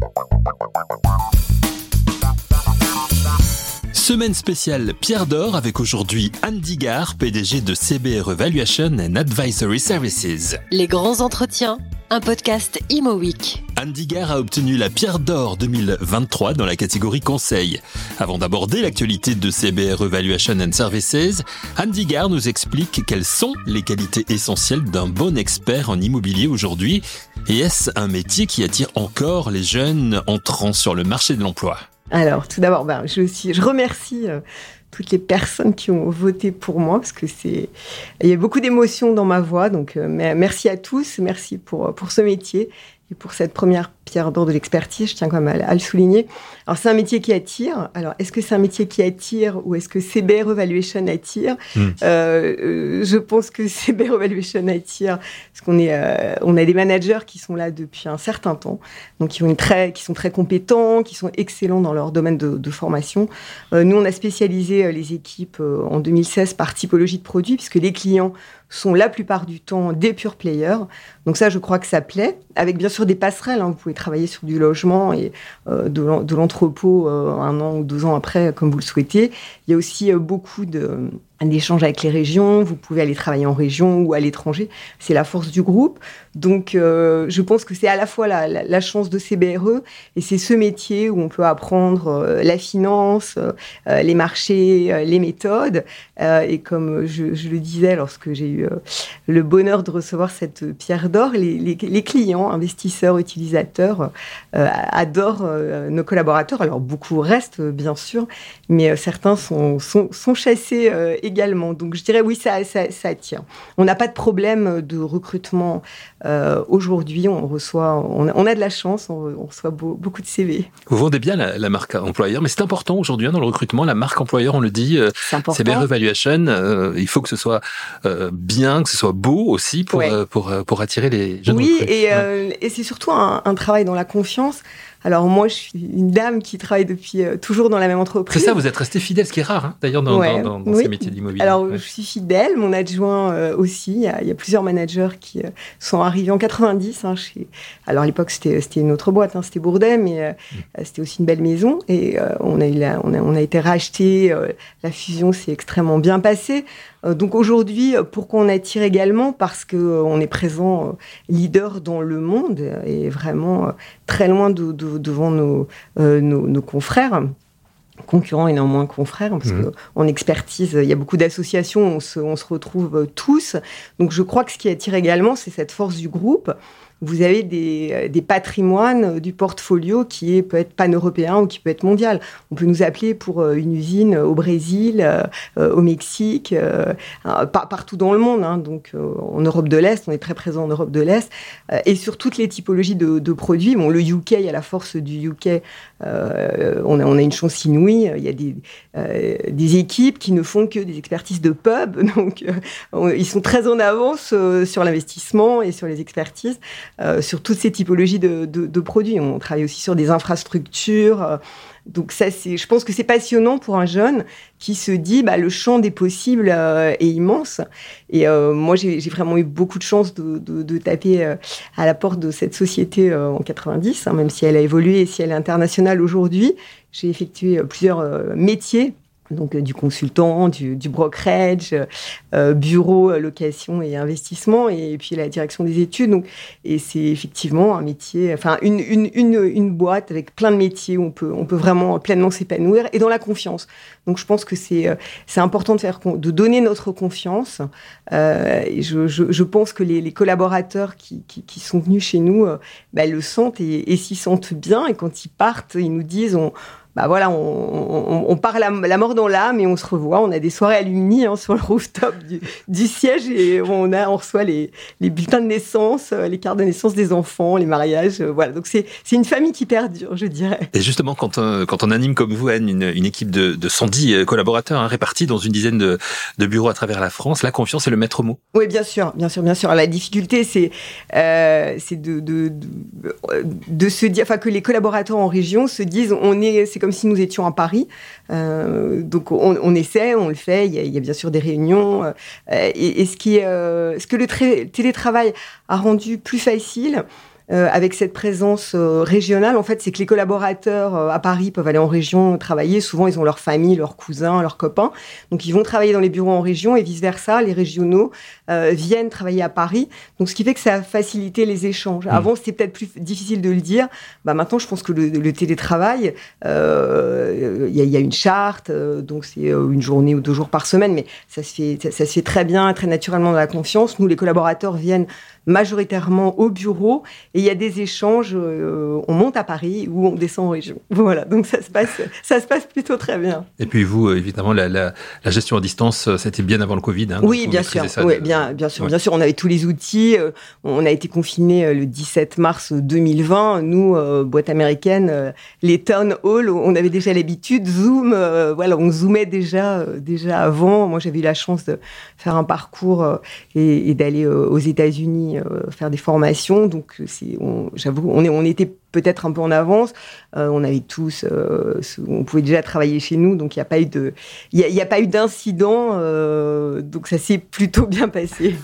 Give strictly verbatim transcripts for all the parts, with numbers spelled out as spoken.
Semaine spéciale Pierre d'Or avec aujourd'hui Anne Digard, P D G de C B R E Valuation and Advisory Services. Les grands entretiens, un podcast Imo Week. Anne Digard a obtenu la Pierre d'Or deux mille vingt-trois dans la catégorie conseil. Avant d'aborder l'actualité de C B R E Valuation and Services, Anne Digard nous explique quelles sont les qualités essentielles d'un bon expert en immobilier aujourd'hui. Et est-ce un métier qui attire encore les jeunes entrant sur le marché de l'emploi ? Alors, tout d'abord, ben, je, aussi, je remercie euh, toutes les personnes qui ont voté pour moi, parce que c'est, il y a beaucoup d'émotions dans ma voix. Donc, euh, merci à tous, merci pour, pour ce métier et pour cette première Pierre d'Or de l'expertise. Je tiens quand même à, à le souligner. Alors, c'est un métier qui attire. Alors, est-ce que c'est un métier qui attire ou est-ce que C B R E Valuation attire ? mmh. euh, euh, Je pense que C B R E Valuation attire parce qu'on est, euh, on a des managers qui sont là depuis un certain temps, donc qui, ont une très, qui sont très compétents, qui sont excellents dans leur domaine de, de formation. Euh, nous, on a spécialisé les équipes euh, en deux mille seize par typologie de produits, puisque les clients sont la plupart du temps des pure players. Donc ça, je crois que ça plaît, avec bien sûr des passerelles. Hein. Vous pouvez travailler sur du logement et euh, de, l'en, de l'entrepôt euh, un an ou deux ans après, comme vous le souhaitez. Il y a aussi euh, beaucoup de... d'échanges avec les régions, vous pouvez aller travailler en région ou à l'étranger, c'est la force du groupe. Donc euh, je pense que c'est à la fois la, la, la chance de C B R E et c'est ce métier où on peut apprendre euh, la finance, euh, les marchés, euh, les méthodes. Euh, et comme je, je le disais lorsque j'ai eu euh, le bonheur de recevoir cette Pierre d'Or, les, les, les clients, investisseurs, utilisateurs euh, adorent euh, nos collaborateurs. Alors beaucoup restent bien sûr, mais euh, certains sont, sont, sont chassés euh, également. Donc, je dirais oui, ça, ça, ça attire. On n'a pas de problème de recrutement euh, aujourd'hui. On reçoit, on a, on a de la chance, on, on reçoit beau, beaucoup de C V. Vous vendez bien la, la marque employeur, mais c'est important aujourd'hui hein, dans le recrutement, la marque employeur, on le dit, euh, C B R E Valuation, euh, il faut que ce soit euh, bien, que ce soit beau aussi pour, ouais. euh, pour, pour, pour attirer les jeunes Oui, recrues. et, euh, et c'est surtout un, un travail dans la confiance. Alors moi, je suis une dame qui travaille depuis euh, toujours dans la même entreprise. C'est ça, vous êtes restée fidèle, ce qui est rare hein, d'ailleurs dans, ouais, dans, dans, dans oui. ces métiers d'immobilier. Alors ouais. je suis fidèle, mon adjoint euh, aussi. Il y, a, il y a plusieurs managers qui euh, sont arrivés en quatre-vingt-dix. Hein, chez... Alors à l'époque, c'était, c'était une autre boîte, hein, c'était Bourdet, mais euh, mmh. c'était aussi une belle maison. Et euh, on, a eu la, on, a, on a été racheté, euh, la fusion s'est extrêmement bien passée. Donc aujourd'hui, pourquoi on attire également ? Parce qu'on est présent leader dans le monde et vraiment très loin de, de, devant nos, euh, nos, nos confrères. Concurrents et néanmoins confrères, parce mmh. qu'en expertise, il y a beaucoup d'associations, on se, on se retrouve tous. Donc je crois que ce qui attire également, c'est cette force du groupe. Vous avez des, des patrimoines du portfolio qui est, peut être pan-européen ou qui peut être mondial. On peut nous appeler pour une usine au Brésil, euh, au Mexique, euh, par, partout dans le monde. Hein. Donc, euh, en Europe de l'Est, on est très présent en Europe de l'Est. Euh, et sur toutes les typologies de, de produits. Bon, le U K, il y a la force du U K. Euh, on, a, on a une chance inouïe. Il y a des, euh, des équipes qui ne font que des expertises de pub. Donc, euh, on, ils sont très en avance euh, sur l'investissement et sur les expertises. Euh, sur toutes ces typologies de, de, de produits. On travaille aussi sur des infrastructures. Euh, donc ça, c'est, je pense que c'est passionnant pour un jeune qui se dit bah, le champ des possibles euh, est immense. Et euh, moi, j'ai, j'ai vraiment eu beaucoup de chance de, de, de taper euh, à la porte de cette société euh, en quatre-vingt-dix, hein, même si elle a évolué et si elle est internationale aujourd'hui. J'ai effectué euh, plusieurs euh, métiers. Donc, euh, du consultant, du, du brokerage, euh, bureau, location et investissement, et, et puis la direction des études. Donc, et c'est effectivement un métier, enfin, une, une, une, une boîte avec plein de métiers où on peut, on peut vraiment pleinement s'épanouir et dans la confiance. Donc, je pense que c'est, euh, c'est important de, faire, de donner notre confiance. Euh, et je, je, je pense que les, les collaborateurs qui, qui, qui sont venus chez nous euh, bah, le sentent et, et s'y sentent bien. Et quand ils partent, ils nous disent... On, Bah voilà, on, on, on part la, la mort dans l'âme et on se revoit. On a des soirées alumni hein, sur le rooftop du, du siège et on, a, on reçoit les, les bulletins de naissance, les cartes de naissance des enfants, les mariages. Euh, voilà, donc c'est, c'est une famille qui perdure, je dirais. Et justement, quand on, quand on anime comme vous, Anne, une, une équipe de, de cent dix collaborateurs hein, répartis dans une dizaine de, de bureaux à travers la France, la confiance est le maître mot. Oui, bien sûr, bien sûr, bien sûr. La difficulté, c'est, euh, c'est de, de, de, de se dire, enfin que les collaborateurs en région se disent, on est, c'est comme si nous étions à Paris. Euh, donc, on, on essaie, on le fait. Il y a, il y a bien sûr des réunions. Euh, et, et ce, qui est, euh, ce que le tra- télétravail a rendu plus facile, euh, avec cette présence euh, régionale, en fait, c'est que les collaborateurs euh, à Paris peuvent aller en région travailler. Souvent, ils ont leur famille, leurs cousins, leurs copains. Donc, ils vont travailler dans les bureaux en région et vice-versa. Les régionaux euh, viennent travailler à Paris. Donc, ce qui fait que ça a facilité les échanges. Mmh. Avant, c'était peut-être plus difficile de le dire. Bah, maintenant, je pense que le, le télétravail, il euh, y, y a une charte, euh, donc c'est euh, une journée ou deux jours par semaine, mais ça se fait, ça, ça se fait très bien, très naturellement dans la confiance. Nous, les collaborateurs viennent majoritairement au bureau et il y a des échanges, euh, on monte à Paris ou on descend en région. Voilà, donc ça se passe, ça se passe plutôt très bien. Et puis vous, évidemment, la, la, la gestion à distance, c'était bien avant le Covid. Hein, oui, bien sûr, ouais, de... bien, bien sûr, ouais. bien sûr. On avait tous les outils. Euh, on a été confinés le dix-sept mars deux mille vingt. Nous, euh, boîte américaine, euh, les town hall, on avait déjà l'habitude. Zoom, euh, voilà, on zoomait déjà, euh, déjà avant. Moi, j'avais eu la chance de faire un parcours euh, et, et d'aller euh, aux États-Unis euh, faire des formations. Donc, c'est, on, j'avoue, on, est, on était peut-être un peu en avance. Euh, on avait tous, euh, on pouvait déjà travailler chez nous, donc il n'y a pas eu de, il y a, y a pas eu d'incident. Euh, donc, ça s'est plutôt bien passé.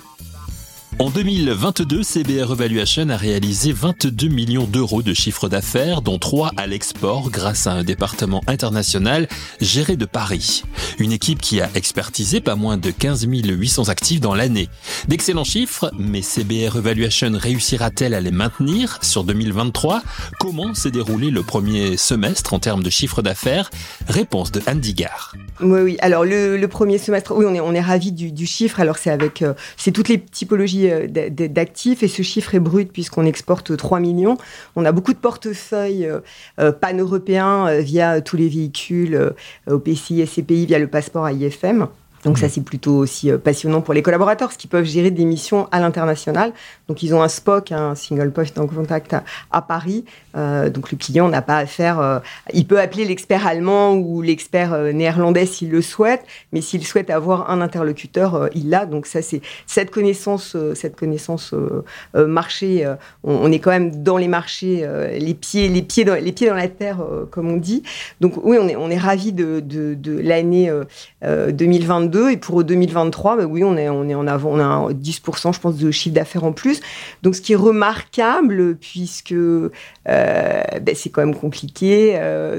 En deux mille vingt-deux, C B R Evaluation a réalisé vingt-deux millions d'euros de chiffre d'affaires, dont trois à l'export grâce à un département international géré de Paris. Une équipe qui a expertisé pas moins de quinze mille huit cents actifs dans l'année. D'excellents chiffres, mais C B R Evaluation réussira-t-elle à les maintenir sur deux mille vingt-trois ? Comment s'est déroulé le premier semestre en termes de chiffre d'affaires ? Réponse de Anne Digard. Oui, oui. Alors le, le premier semestre, oui, on est on est ravis du, du chiffre. Alors c'est avec, euh, c'est toutes les typologies d'actifs et ce chiffre est brut puisqu'on exporte trois millions. On a beaucoup de portefeuilles euh, pan-européens euh, via tous les véhicules euh, O P C I, S C P I, via le passeport A I F M. Donc ça, c'est plutôt aussi euh, passionnant pour les collaborateurs, parce qu'ils peuvent gérer des missions à l'international. Donc ils ont un S P O C, un Single Point of Contact à, à Paris. Euh, donc le client n'a pas à faire... Euh, il peut appeler l'expert allemand ou l'expert euh, néerlandais s'il le souhaite, mais s'il souhaite avoir un interlocuteur, euh, il l'a. Donc ça, c'est cette connaissance, euh, cette connaissance euh, euh, marché. Euh, on, on est quand même dans les marchés, euh, les pieds, les pieds, dans, les pieds dans la terre, euh, comme on dit. Donc oui, on est, on est ravis de, de, de l'année euh, euh, deux mille vingt-deux. Et pour deux mille vingt-trois, bah oui, on est, on est en avant, on a dix pour cent, je pense, de chiffre d'affaires en plus. Donc, ce qui est remarquable, puisque euh, bah, c'est quand même compliqué.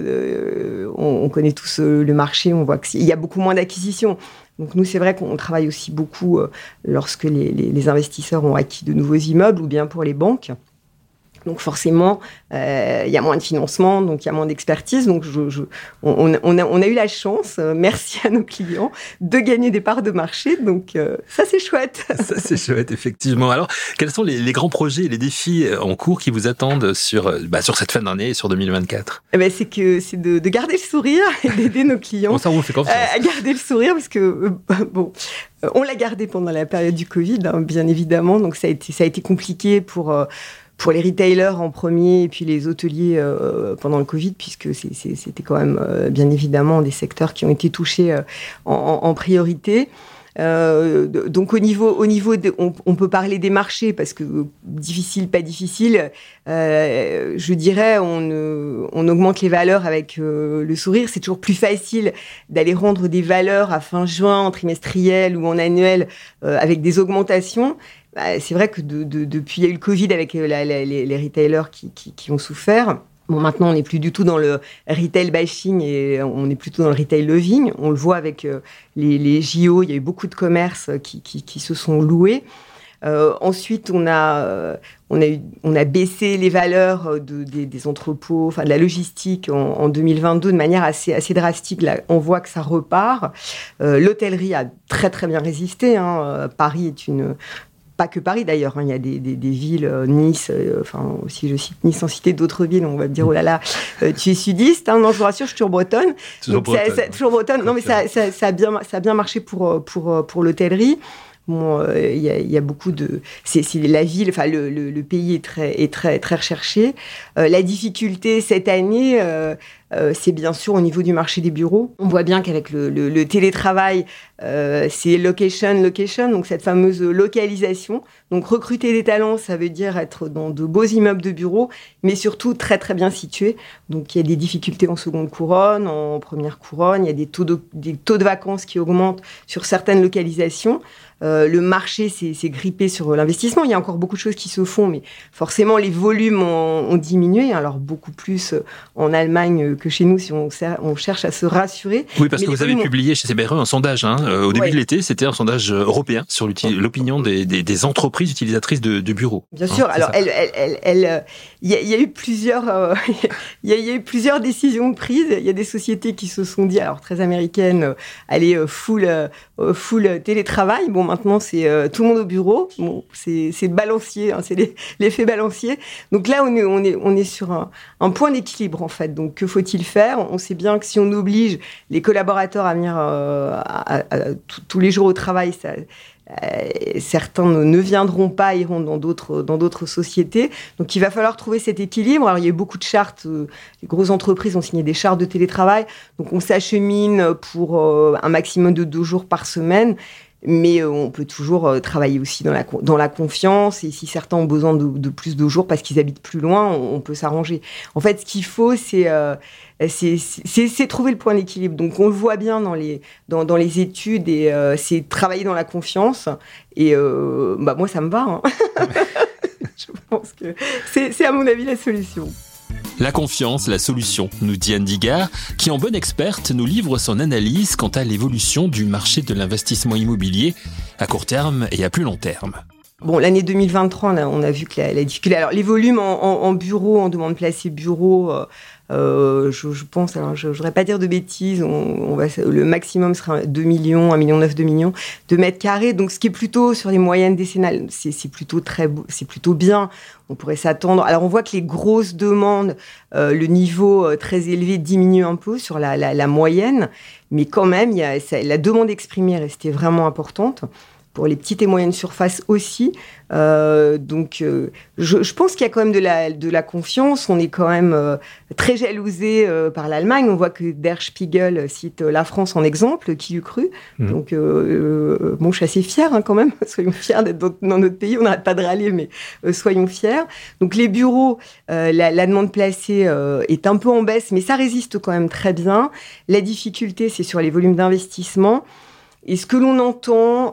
Euh, on, on connaît tous le marché, on voit qu'il y a beaucoup moins d'acquisitions. Donc, nous, c'est vrai qu'on travaille aussi beaucoup euh, lorsque les, les, les investisseurs ont acquis de nouveaux immeubles ou bien pour les banques. Donc forcément, euh, il y a moins de financement, donc il y a moins d'expertise. Donc je, je, on, on, a, on a eu la chance, euh, merci à nos clients, de gagner des parts de marché. Donc euh, ça, c'est chouette. Ça, c'est chouette, effectivement. Alors, quels sont les, les grands projets et les défis en cours qui vous attendent sur, bah, sur cette fin d'année et sur deux mille vingt-quatre ? Eh ben, c'est que c'est de, de garder le sourire et d'aider nos clients. Bon, ça, on vous fait confiance. À, à garder le sourire, parce que, euh, bon... On l'a gardé pendant la période du Covid, hein, bien évidemment. Donc ça a été, ça a été compliqué pour... Euh, pour les retailers en premier et puis les hôteliers euh, pendant le Covid, puisque c'est, c'est, c'était quand même euh, bien évidemment des secteurs qui ont été touchés euh, en, en priorité. Euh, donc au niveau, au niveau de, on, on peut parler des marchés parce que euh, difficile, pas difficile. Euh, je dirais, on, euh, on augmente les valeurs avec euh, le sourire. C'est toujours plus facile d'aller rendre des valeurs à fin juin, en trimestriel ou en annuel, euh, avec des augmentations. Bah, c'est vrai que de, de, depuis, il y a eu le Covid avec la, la, les, les retailers qui, qui, qui ont souffert. Bon, maintenant, on n'est plus du tout dans le retail bashing et on est plutôt dans le retail loving. On le voit avec euh, les, les J O, il y a eu beaucoup de commerces qui, qui, qui se sont loués. Euh, ensuite, on a, euh, on, a eu, on a baissé les valeurs de, des, des entrepôts, enfin de la logistique en, en deux mille vingt-deux de manière assez, assez drastique. Là, on voit que ça repart. Euh, l'hôtellerie a très très bien résisté. Hein. Paris est une... Pas que Paris d'ailleurs, hein. Il y a des, des, des villes, euh, Nice, euh, enfin si je cite Nice sans citer d'autres villes, on va me dire oh là là, euh, tu es sudiste, hein. Non, je vous rassure, je suis toujours bretonne. Toujours Donc, bretonne. Ça, ça, toujours bretonne. Non mais ça, ça, ça a bien, ça a bien marché pour pour pour l'hôtellerie. Bon, il euh, y, y a beaucoup de, c'est, c'est la ville, enfin le, le, le pays est très est très très recherché. Euh, la difficulté cette année, euh, euh, c'est bien sûr au niveau du marché des bureaux. On voit bien qu'avec le, le, le télétravail, euh, c'est location, location, donc cette fameuse localisation. Donc recruter des talents, ça veut dire être dans de beaux immeubles de bureaux, mais surtout très très bien situés. Donc il y a des difficultés en seconde couronne, en première couronne, il y a des taux de, des taux de vacances qui augmentent sur certaines localisations. Euh, le marché s'est, s'est grippé sur l'investissement. Il y a encore beaucoup de choses qui se font, mais forcément, les volumes ont, ont diminué. Alors, beaucoup plus en Allemagne que chez nous, si on, on cherche à se rassurer. Oui, parce mais que vous avez ont... publié chez C B R E un sondage. Hein, euh, au début ouais. de l'été, c'était un sondage européen sur l'opinion des, des, des entreprises utilisatrices de, de bureaux. Bien sûr. Hein, alors, il elle, elle, elle, elle, y, a, y a eu plusieurs, euh, y, a, y a eu plusieurs décisions prises. Il y a des sociétés qui se sont dit, alors très américaines, euh, allez, euh, full, euh, full télétravail. Bon, maintenant, c'est euh, tout le monde au bureau. Bon, c'est, c'est balancier, hein, c'est les, l'effet balancier. Donc là, on est, on est, on est sur un, un point d'équilibre, en fait. Donc, que faut-il faire ? On sait bien que si on oblige les collaborateurs à venir euh, à, à, à, tous les jours au travail, ça... Euh, certains ne viendront pas, iront dans d'autres, dans d'autres sociétés. Donc, il va falloir trouver cet équilibre. Alors, il y a eu beaucoup de chartes. Euh, les grosses entreprises ont signé des chartes de télétravail. Donc, on s'achemine pour euh, un maximum de deux jours par semaine. Mais euh, on peut toujours euh, travailler aussi dans la, dans la confiance. Et si certains ont besoin de, de plus de jours parce qu'ils habitent plus loin, on, on peut s'arranger. En fait, ce qu'il faut, c'est... Euh, C'est, c'est, c'est trouver le point d'équilibre. Donc, on le voit bien dans les, dans, dans les études, et euh, c'est travailler dans la confiance. Et euh, bah, moi, ça me va. Hein. Je pense que c'est, c'est, à mon avis, la solution. La confiance, la solution, nous dit Anne Digard, qui en bonne experte nous livre son analyse quant à l'évolution du marché de l'investissement immobilier à court terme et à plus long terme. Bon, l'année deux mille vingt-trois, on a, on a vu que la, la difficulté... Alors, les volumes en, en, en bureau, en demande placée bureau... Euh, Euh, je, je pense, alors je ne voudrais pas dire de bêtises, on, on va, le maximum sera deux millions, un virgule neuf million, deux millions de mètres carrés. Donc, ce qui est plutôt sur les moyennes décennales, c'est, c'est, plutôt, très, c'est plutôt bien. On pourrait s'attendre. Alors, on voit que les grosses demandes, euh, le niveau euh, très élevé diminue un peu sur la, la, la moyenne. Mais quand même, il y a, ça, la demande exprimée est restée vraiment importante. Pour les petites et moyennes surfaces aussi. Euh, donc, euh, je, je pense qu'il y a quand même de la, de la confiance. On est quand même euh, très jalousé euh, par l'Allemagne. On voit que Der Spiegel cite la France en exemple, qui eût cru. Mmh. Donc, euh, euh, bon, je suis assez fière hein, quand même. Soyons fiers d'être dans, dans notre pays. On n'arrête pas de râler, mais euh, soyons fiers. Donc, les bureaux, euh, la, la demande placée euh, est un peu en baisse, mais ça résiste quand même très bien. La difficulté, c'est sur les volumes d'investissement. Et ce que l'on entend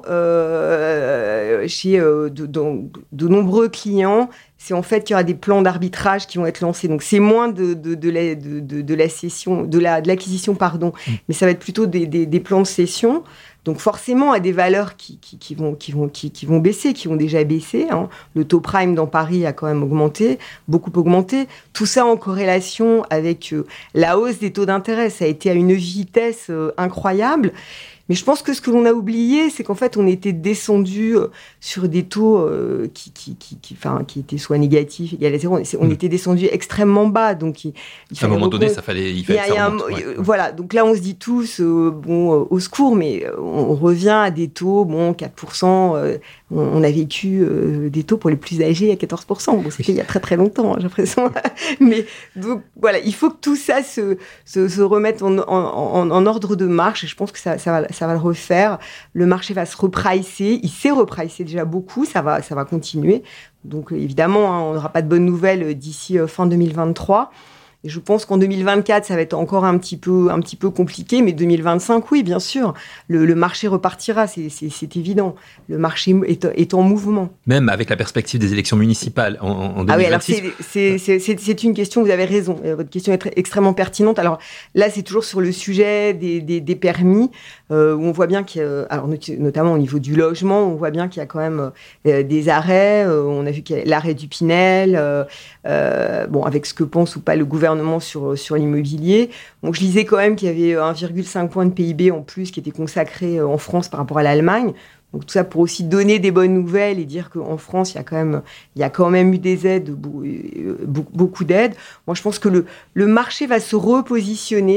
euh, chez euh, de, de, de nombreux clients, c'est en fait qu'il y aura des plans d'arbitrage qui vont être lancés. Donc, c'est moins de, de, de, la, de, de, de la cession, de, la, de l'acquisition, pardon, mmh. mais ça va être plutôt des, des, des plans de cession. Donc, forcément, à des valeurs qui, qui, qui, vont, qui, vont, qui, qui vont baisser, qui ont déjà baissé. Hein. Le taux prime dans Paris a quand même augmenté, beaucoup augmenté. Tout ça en corrélation avec euh, la hausse des taux d'intérêt. Ça a été à une vitesse euh, incroyable. Mais je pense que ce que l'on a oublié, c'est qu'en fait, on était descendu sur des taux euh, qui, qui, qui, qui, enfin, qui étaient soit négatifs, égal à zéro. On mmh. était descendu extrêmement bas. Donc, il, il à un moment donné, ça fallait, il fallait il y a, ça remonte, un, ouais. Voilà. Donc là, on se dit tous, euh, bon, euh, au secours, mais on revient à des taux, bon, quatre pour cent. Euh, on, on a vécu euh, des taux pour les plus âgés à quatorze pour cent. Bon, c'était il y a très très longtemps, hein, j'ai l'impression. Mais donc, voilà, il faut que tout ça se, se, se remette en, en, en, en ordre de marche. Et je pense que ça, ça va. Ça va le refaire. Le marché va se repricer. Il s'est repricé déjà beaucoup. Ça va, ça va continuer. Donc, évidemment, hein, on n'aura pas de bonnes nouvelles d'ici euh, fin deux mille vingt-trois. Et je pense qu'en deux mille vingt-quatre, ça va être encore un petit peu, un petit peu compliqué. Mais deux mille vingt-cinq, oui, bien sûr. Le, le marché repartira. C'est, c'est, c'est évident. Le marché est, est en mouvement. Même avec la perspective des élections municipales en, en deux mille vingt-six. Ah oui, alors c'est, c'est, c'est, c'est, c'est une question, vous avez raison. Votre question est très, extrêmement pertinente. Alors là, c'est toujours sur le sujet des, des, des permis, euh, où on voit bien qu'il y a, alors notamment au niveau du logement, on voit bien qu'il y a quand même euh, des arrêts. Euh, on a vu qu'il y a l'arrêt du Pinel, euh, euh, bon, avec ce que pense ou pas le gouvernement sur, sur l'immobilier. Donc, je lisais quand même qu'il y avait un virgule cinq point de P I B en plus qui était consacré en France par rapport à l'Allemagne. Donc, tout ça pour aussi donner des bonnes nouvelles et dire qu'en France, il y a quand même, il y a quand même eu des aides, beaucoup d'aides. Moi, je pense que le, le marché va se repositionner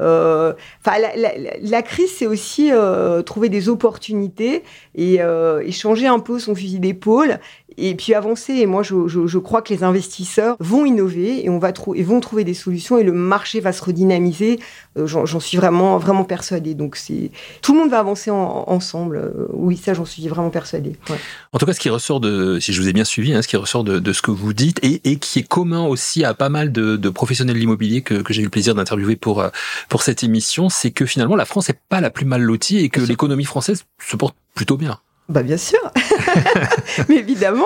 Euh, enfin, la, la, la crise, c'est aussi euh, trouver des opportunités et, euh, et changer un peu son fusil d'épaule. Et puis avancer. Et moi, je, je, je crois que les investisseurs vont innover et, on va trou- et vont trouver des solutions et le marché va se redynamiser. Euh, j'en, j'en suis vraiment, vraiment persuadée. Donc, c'est... tout le monde va avancer en, ensemble. Euh, oui, ça, j'en suis vraiment persuadée. Ouais. En tout cas, ce qui ressort de, si je vous ai bien suivi, hein, ce qui ressort de, de ce que vous dites et, et qui est commun aussi à pas mal de, de professionnels de l'immobilier que, que j'ai eu le plaisir d'interviewer pour, pour cette émission, c'est que finalement, la France n'est pas la plus mal lotie et que l'économie française se porte plutôt bien. Bah bien sûr, mais évidemment,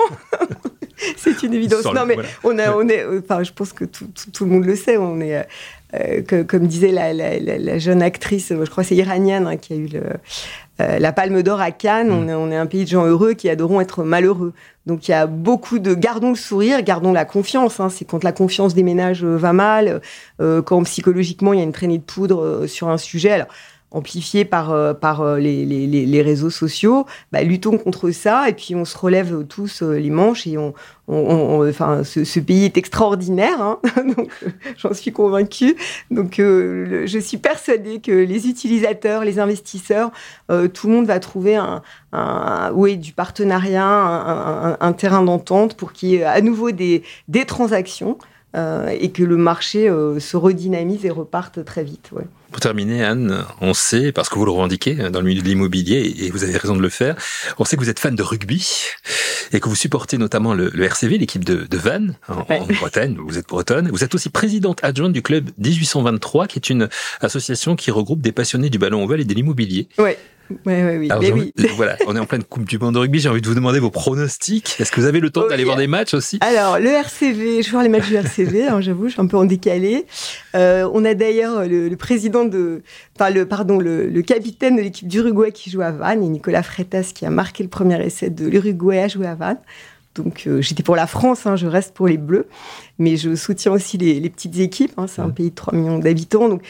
c'est une évidence. Non mais voilà. on a, on est, enfin je pense que tout, tout, tout le monde le sait. On est, euh, que, comme disait la, la, la, la jeune actrice, je crois que c'est iranienne hein, qui a eu le, euh, la Palme d'Or à Cannes. Mmh. On est, on est un pays de gens heureux qui adorons être malheureux. Donc il y a beaucoup de gardons le sourire, gardons la confiance. Hein. C'est quand la confiance des ménages va mal, euh, quand psychologiquement il y a une traînée de poudre euh, sur un sujet. Alors, amplifié par, euh, par euh, les, les, les réseaux sociaux, bah, luttons contre ça et puis on se relève tous euh, les manches et on, on, on, enfin, ce, ce pays est extraordinaire, hein donc euh, j'en suis convaincue. Donc euh, le, je suis persuadée que les utilisateurs, les investisseurs, euh, tout le monde va trouver un, un, oui, du partenariat, un, un, un terrain d'entente pour qu'il y ait à nouveau des, des transactions. Euh, et que le marché euh, se redynamise et reparte très vite. Ouais. Pour terminer, Anne, on sait, parce que vous le revendiquez dans le milieu de l'immobilier, et vous avez raison de le faire, on sait que vous êtes fan de rugby et que vous supportez notamment le, le R C V, l'équipe de, de Vannes, en, ouais. en Bretagne, vous êtes bretonne. Vous êtes aussi présidente adjointe du club dix-huit cent vingt-trois, qui est une association qui regroupe des passionnés du ballon ovale et de l'immobilier. Oui. Oui, oui, oui. Alors, mais oui. Voilà, on est en pleine Coupe du Monde de rugby. J'ai envie de vous demander vos pronostics. Est-ce que vous avez le temps oui. d'aller voir des matchs aussi ? Alors, le R C V, je vais voir les matchs du R C V. Alors, j'avoue, je suis un peu en décalé. Euh, on a d'ailleurs le, le président de, enfin le, pardon, le, le capitaine de l'équipe d'Uruguay qui joue à Vannes, et Nicolas Freitas qui a marqué le premier essai de l'Uruguay à jouer à Vannes. Donc, euh, j'étais pour la France, hein, je reste pour les Bleus, mais je soutiens aussi les, les petites équipes. Hein, c'est un pays de trois millions d'habitants, donc.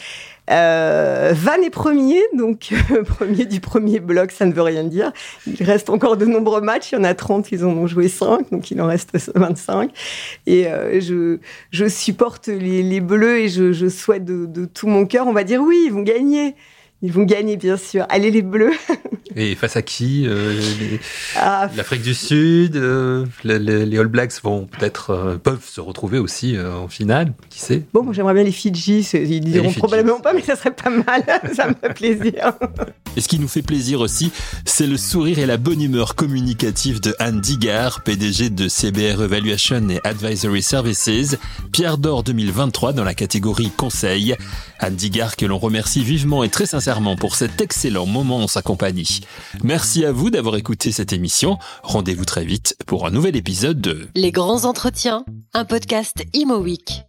Euh, Vannes est premier, donc euh, premier du premier bloc, ça ne veut rien dire. Il reste encore de nombreux matchs, il y en a trente, ils en ont joué cinq, donc il en reste vingt-cinq. Et euh, je, je supporte les, les Bleus et je, je souhaite de, de tout mon cœur, on va dire oui, ils vont gagner. Ils vont gagner, bien sûr. Allez, les Bleus. Et face à qui euh, les... ah, L'Afrique du Sud, euh, les, les All Blacks vont peut-être euh, peuvent se retrouver aussi euh, en finale. Qui sait ? Bon, moi, j'aimerais bien les Fidji. Ils diront probablement pas, mais ça serait pas mal. Ça me fait plaisir. Et ce qui nous fait plaisir aussi, c'est le sourire et la bonne humeur communicative de Anne Digard, P D G de C B R Evaluation et Advisory Services, Pierre d'Or deux mille vingt-trois dans la catégorie Conseil. Anne Digard que l'on remercie vivement et très sincèrement pour cet excellent moment en sa compagnie. Merci à vous d'avoir écouté cette émission. Rendez-vous très vite pour un nouvel épisode de Les Grands Entretiens, un podcast Imo Week.